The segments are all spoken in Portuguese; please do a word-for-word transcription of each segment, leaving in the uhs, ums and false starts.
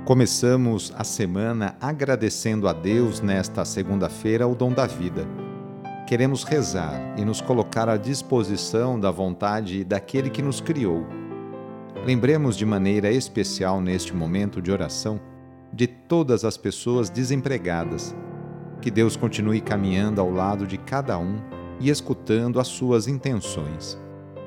Começamos a semana agradecendo a Deus nesta segunda-feira o dom da vida. Queremos rezar e nos colocar à disposição da vontade daquele que nos criou. Lembremos de maneira especial neste momento de oração de todas as pessoas desempregadas. Que Deus continue caminhando ao lado de cada um e escutando as suas intenções.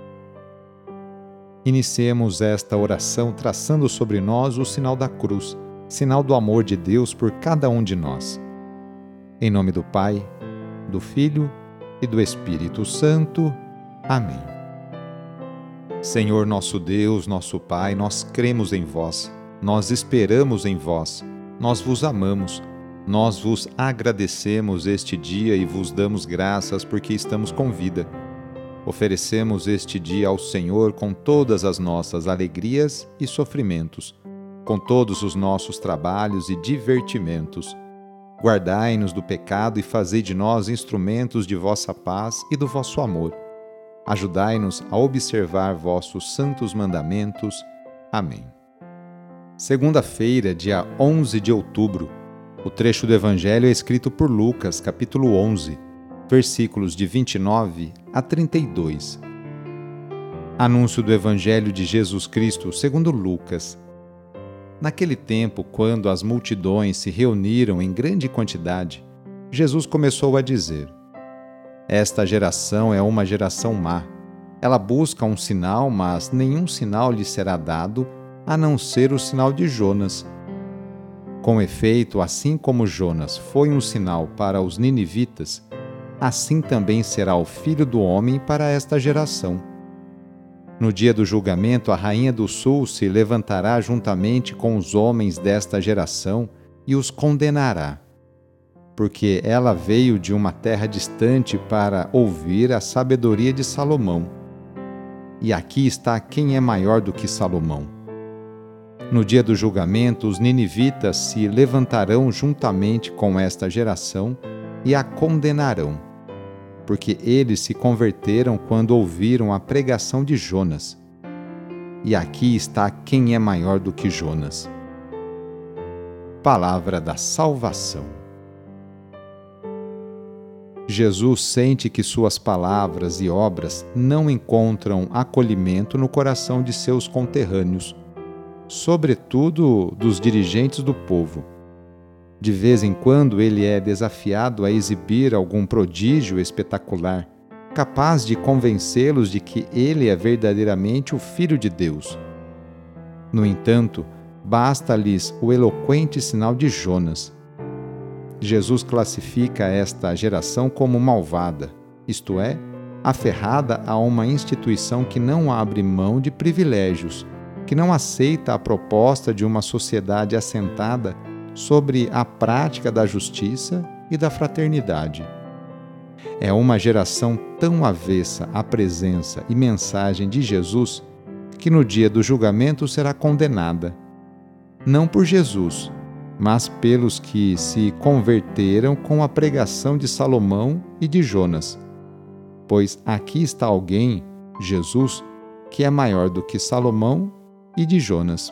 Iniciemos esta oração traçando sobre nós o sinal da cruz, sinal do amor de Deus por cada um de nós. Em nome do Pai, do Filho e do Espírito Santo. Amém. Senhor nosso Deus, nosso Pai, nós cremos em vós, nós esperamos em vós, nós vos amamos, nós vos agradecemos este dia e vos damos graças porque estamos com vida. Oferecemos este dia ao Senhor com todas as nossas alegrias e sofrimentos, com todos os nossos trabalhos e divertimentos. Guardai-nos do pecado e fazei de nós instrumentos de vossa paz e do vosso amor. Ajudai-nos a observar vossos santos mandamentos. Amém. Segunda-feira, dia onze de outubro. O trecho do Evangelho é escrito por Lucas, capítulo onze, versículos de vinte e nove a trinta e dois. Anúncio do Evangelho de Jesus Cristo segundo Lucas. Naquele tempo, quando as multidões se reuniram em grande quantidade, Jesus começou a dizer: Esta geração é uma geração má. Ela busca um sinal, mas nenhum sinal lhe será dado, a não ser o sinal de Jonas. Com efeito, assim como Jonas foi um sinal para os ninivitas, assim também será o Filho do Homem para esta geração. No dia do julgamento, a rainha do sul se levantará juntamente com os homens desta geração e os condenará, porque ela veio de uma terra distante para ouvir a sabedoria de Salomão. E aqui está quem é maior do que Salomão. No dia do julgamento, os ninivitas se levantarão juntamente com esta geração e a condenarão, porque eles se converteram quando ouviram a pregação de Jonas. E aqui está quem é maior do que Jonas. Palavra da salvação. Jesus sente que suas palavras e obras não encontram acolhimento no coração de seus conterrâneos, sobretudo dos dirigentes do povo. De vez em quando ele é desafiado a exibir algum prodígio espetacular, capaz de convencê-los de que ele é verdadeiramente o Filho de Deus. No entanto, basta-lhes o eloquente sinal de Jonas. Jesus classifica esta geração como malvada, isto é, aferrada a uma instituição que não abre mão de privilégios, que não aceita a proposta de uma sociedade assentada sobre a prática da justiça e da fraternidade. É uma geração tão avessa à presença e mensagem de Jesus que no dia do julgamento será condenada, não por Jesus, mas pelos que se converteram com a pregação de Salomão e de Jonas. Pois aqui está alguém, Jesus, que é maior do que Salomão e de Jonas.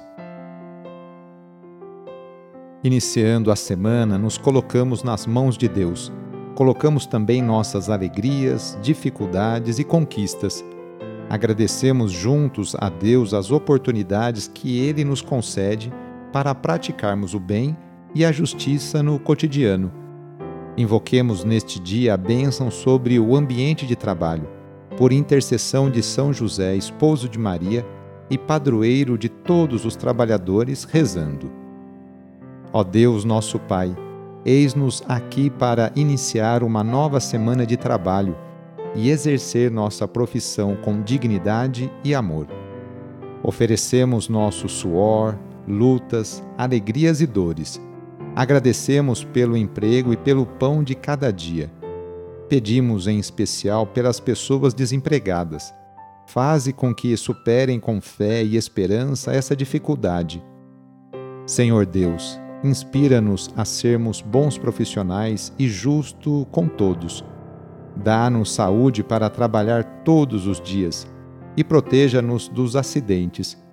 Iniciando a semana, nos colocamos nas mãos de Deus. Colocamos também nossas alegrias, dificuldades e conquistas. Agradecemos juntos a Deus as oportunidades que Ele nos concede para praticarmos o bem e a justiça no cotidiano. Invoquemos neste dia a bênção sobre o ambiente de trabalho, por intercessão de São José, esposo de Maria e padroeiro de todos os trabalhadores, rezando: Ó Deus nosso Pai, eis-nos aqui para iniciar uma nova semana de trabalho e exercer nossa profissão com dignidade e amor. Oferecemos nosso suor, lutas, alegrias e dores. Agradecemos pelo emprego e pelo pão de cada dia. Pedimos em especial pelas pessoas desempregadas. Faze com que superem com fé e esperança essa dificuldade. Senhor Deus, inspira-nos a sermos bons profissionais e justo com todos. Dá-nos saúde para trabalhar todos os dias e proteja-nos dos acidentes.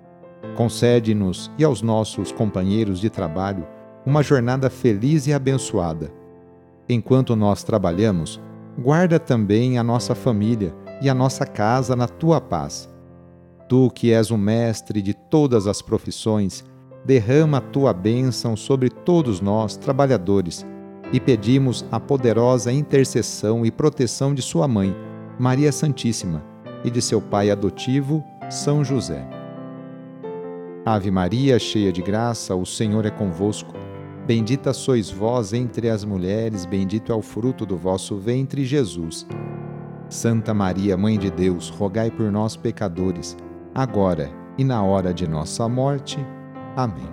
Concede-nos e aos nossos companheiros de trabalho uma jornada feliz e abençoada. Enquanto nós trabalhamos, guarda também a nossa família e a nossa casa na tua paz. Tu, que és o mestre de todas as profissões, derrama a tua bênção sobre todos nós, trabalhadores, e pedimos a poderosa intercessão e proteção de sua mãe, Maria Santíssima, e de seu pai adotivo, São José. Ave Maria, cheia de graça, o Senhor é convosco. Bendita sois vós entre as mulheres, bendito é o fruto do vosso ventre, Jesus. Santa Maria, Mãe de Deus, rogai por nós, pecadores, agora e na hora de nossa morte. Amém.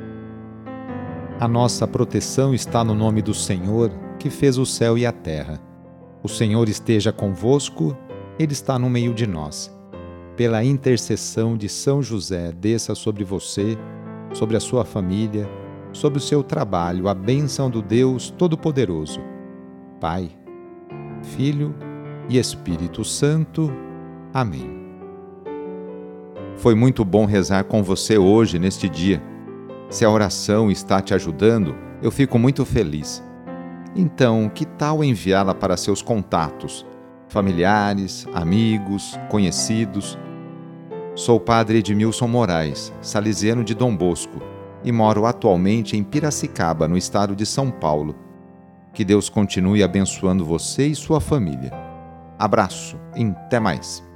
A nossa proteção está no nome do Senhor, que fez o céu e a terra. O Senhor esteja convosco, Ele está no meio de nós. Pela intercessão de São José, desça sobre você, sobre a sua família, sobre o seu trabalho, a bênção do Deus Todo-Poderoso, Pai, Filho e Espírito Santo. Amém. Foi muito bom rezar com você hoje, neste dia. Se a oração está te ajudando, eu fico muito feliz. Então, que tal enviá-la para seus contatos, familiares, amigos, conhecidos? Sou o padre Edmilson Moraes, salesiano de Dom Bosco, e moro atualmente em Piracicaba, no estado de São Paulo. Que Deus continue abençoando você e sua família. Abraço e até mais.